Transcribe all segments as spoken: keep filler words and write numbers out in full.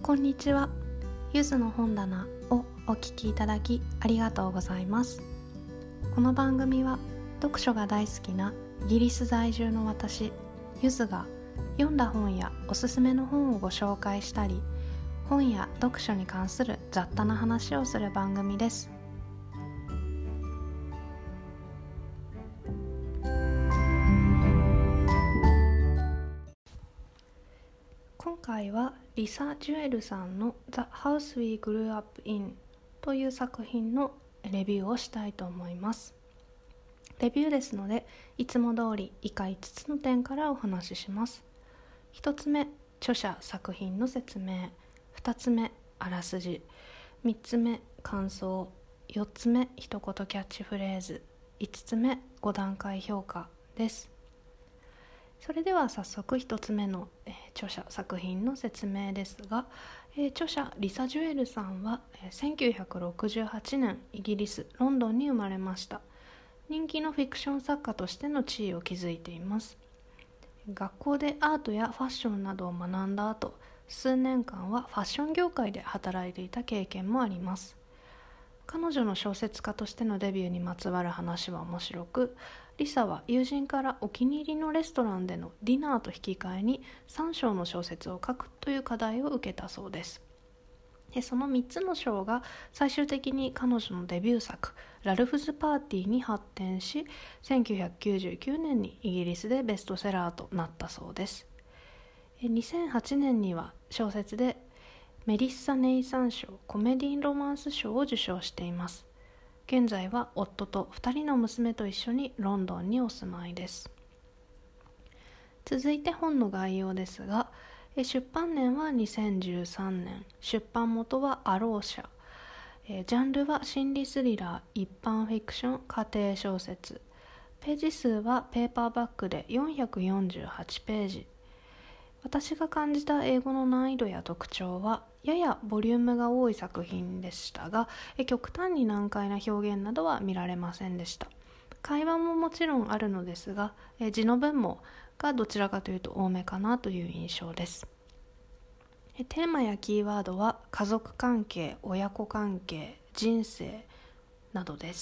こんにちは。ゆずの本棚をお聞きいただきありがとうございます。この番組は読書が大好きなイギリス在住の私ゆずが読んだ本やおすすめの本をご紹介したり、本や読書に関する雑多な話をする番組です。今回はリサ・ジュエルさんの The House We Grew Up In という作品のレビューをしたいと思います。レビューですので、いつも通り以下いつつの点からお話しします。ひとつめ、著者作品の説明。ふたつめ、あらすじ。みっつめ、感想。よっつめ、一言キャッチフレーズ。いつつめ、ご段階評価です。それでは早速ひとつめの、えー、著者作品の説明ですが、えー、著者リサ・ジュエルさんは、えー、せんきゅうひゃくろくじゅうはちねんイギリス・ロンドンに生まれました。人気のフィクション作家としての地位を築いています。学校でアートやファッションなどを学んだ後、数年間はファッション業界で働いていた経験もあります。彼女の小説家としてのデビューにまつわる話は面白く、リサは友人からお気に入りのレストランでのディナーと引き換えにさん章の小説を書くという課題を受けたそうです。でそのみっつの章が最終的に彼女のデビュー作ラルフズ・パーティーに発展し、せんきゅうひゃくきゅうじゅうきゅうねんにイギリスでベストセラーとなったそうです。にせんはちねんには小説でメリッサ・ネイサン賞コメディロマンス賞を受賞しています。現在は夫とふたりの娘と一緒にロンドンにお住まいです。続いて本の概要ですが、出版年はにせんじゅうさんねん、出版元はアロー社、ジャンルは心理スリラー、一般フィクション、家庭小説、ページ数はペーパーバックでよんひゃくよんじゅうはちページ。私が感じた英語の難易度や特徴はややボリュームが多い作品でしたが、極端に難解な表現などは見られませんでした。会話ももちろんあるのですが、字の文もがどちらかというと多めかなという印象です。テーマやキーワードは家族関係、親子関係、人生などです。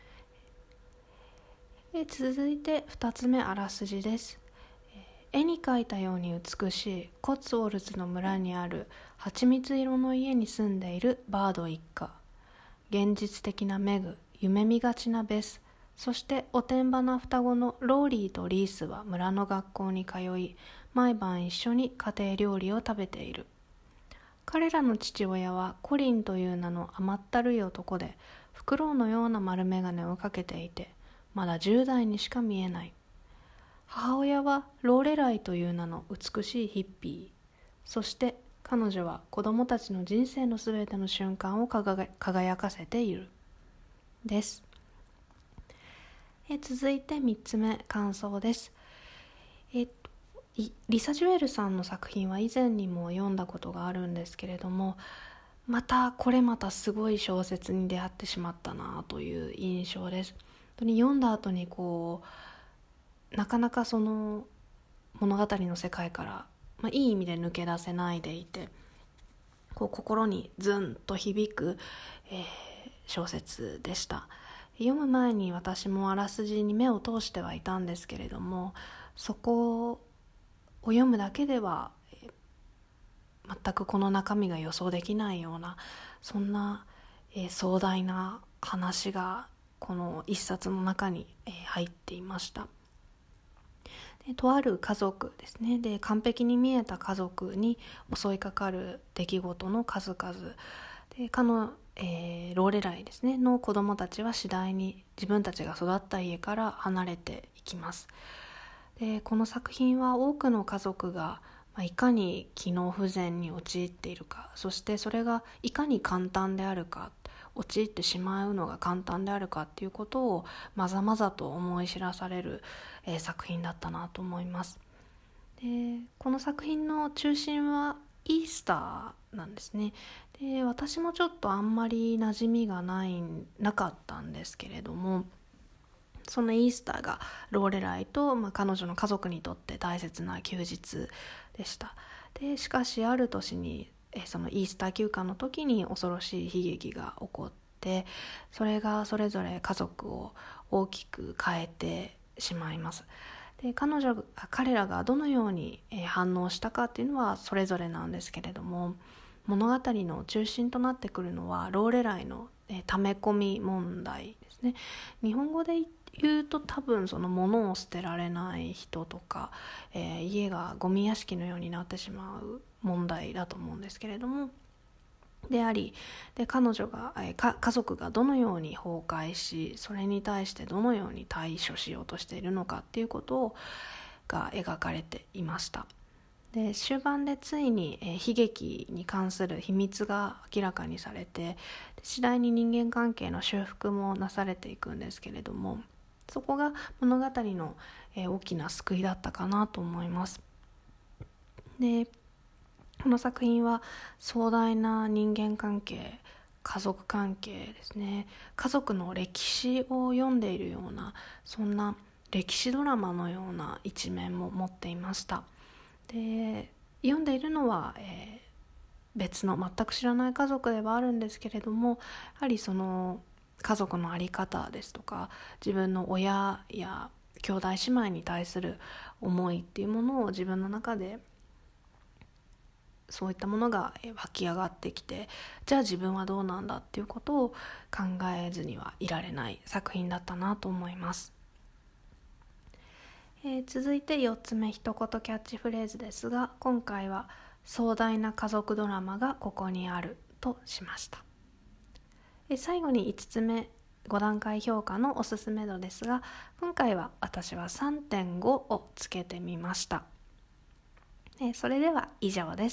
続いてふたつめ、あらすじです。絵に描いたように美しいコッツウォルズの村にある蜂蜜色の家に住んでいるバード一家。現実的なメグ、夢見がちなベス、そしておてんばな双子のローリーとリースは村の学校に通い、毎晩一緒に家庭料理を食べている。彼らの父親はコリンという名の甘ったるい男で、フクロウのような丸眼鏡をかけていて、まだじゅう代にしか見えない。母親はローレライという名の美しいヒッピー。そして彼女は子供たちの人生のすべての瞬間を輝かせている。です。え続いてみっつめ、感想です。えリサ・ジュエルさんの作品は以前にも読んだことがあるんですけれども、またこれまたすごい小説に出会ってしまったなという印象です。本当に読んだ後にこうなかなかその物語の世界から、まあ、いい意味で抜け出せないでいて、こう心にズンと響く、えー、小説でした。読む前に私もあらすじに目を通してはいたんですけれども、そこを読むだけでは、えー、全くこの中身が予想できないような、そんな、えー、壮大な話がこの一冊の中に、えー、入っていました。でとある家族ですね。で完璧に見えた家族に襲いかかる出来事の数々で、かの、えー、ローレライですねの子供たちは次第に自分たちが育った家から離れていきます。でこの作品は多くの家族が、まあ、いかに機能不全に陥っているか、そしてそれがいかに簡単であるか、陥ってしまうのが簡単であるかっていうことをまざまざと思い知らされる、えー、作品だったなと思います。でこの作品の中心はイースターなんですね。で私もちょっとあんまり馴染みがないなかったんですけれども、そのイースターがローレライと、まあ、彼女の家族にとって大切な休日でした。でしかしある年にえそのイースター休暇の時に恐ろしい悲劇が起こって、それがそれぞれ家族を大きく変えてしまいます。で彼女彼らがどのように反応したかっていうのはそれぞれなんですけれども、物語の中心となってくるのはローレライの溜め込み問題ですね。日本語で言うと多分その物を捨てられない人とか、えー、家がゴミ屋敷のようになってしまう問題だと思うんですけれども、であり、で彼女が、えー、か家族がどのように崩壊し、それに対してどのように対処しようとしているのかっていうことをが描かれていました。で終盤でついに、えー、悲劇に関する秘密が明らかにされて、次第に人間関係の修復もなされていくんですけれども、そこが物語の、えー、大きな救いだったかなと思います。でこの作品は壮大な人間関係、家族関係ですね、家族の歴史を読んでいるような、そんな歴史ドラマのような一面も持っていました。で読んでいるのは、えー、別の全く知らない家族ではあるんですけれども、やはりその家族の在り方ですとか、自分の親や兄弟姉妹に対する思いっていうものを自分の中でそういったものが湧き上がってきて、じゃあ自分はどうなんだっていうことを考えずにはいられない作品だったなと思います。えー、続いてよっつめ一言キャッチフレーズですが、今回は壮大な家族ドラマがここにあるとしました。えー、最後にいつつめご段階評価のおすすめ度ですが、今回は私は さんてんご をつけてみました。えー、それでは以上です。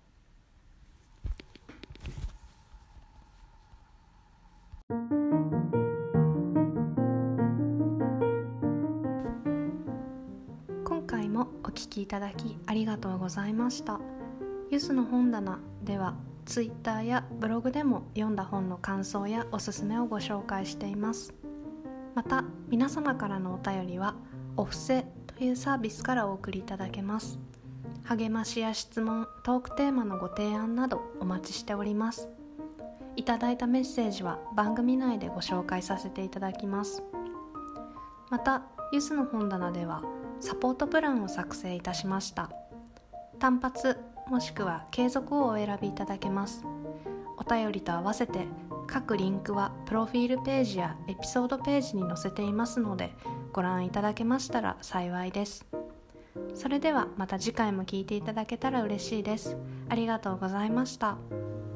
今回もお聞きいただきありがとうございました。ゆすの本棚ではツイッターやブログでも読んだ本の感想やおすすめをご紹介しています。また皆様からのお便りはお布施というサービスからお送りいただけます。励ましや質問、トークテーマのご提案などお待ちしております。いただいたメッセージは番組内でご紹介させていただきます。またゆすの本棚ではサポートプランを作成いたしました。単発もしくは継続をお選びいただけます。お便りと合わせて各リンクはプロフィールページやエピソードページに載せていますので、ご覧いただけましたら幸いです。それではまた次回も聞いていただけたら嬉しいです。ありがとうございました。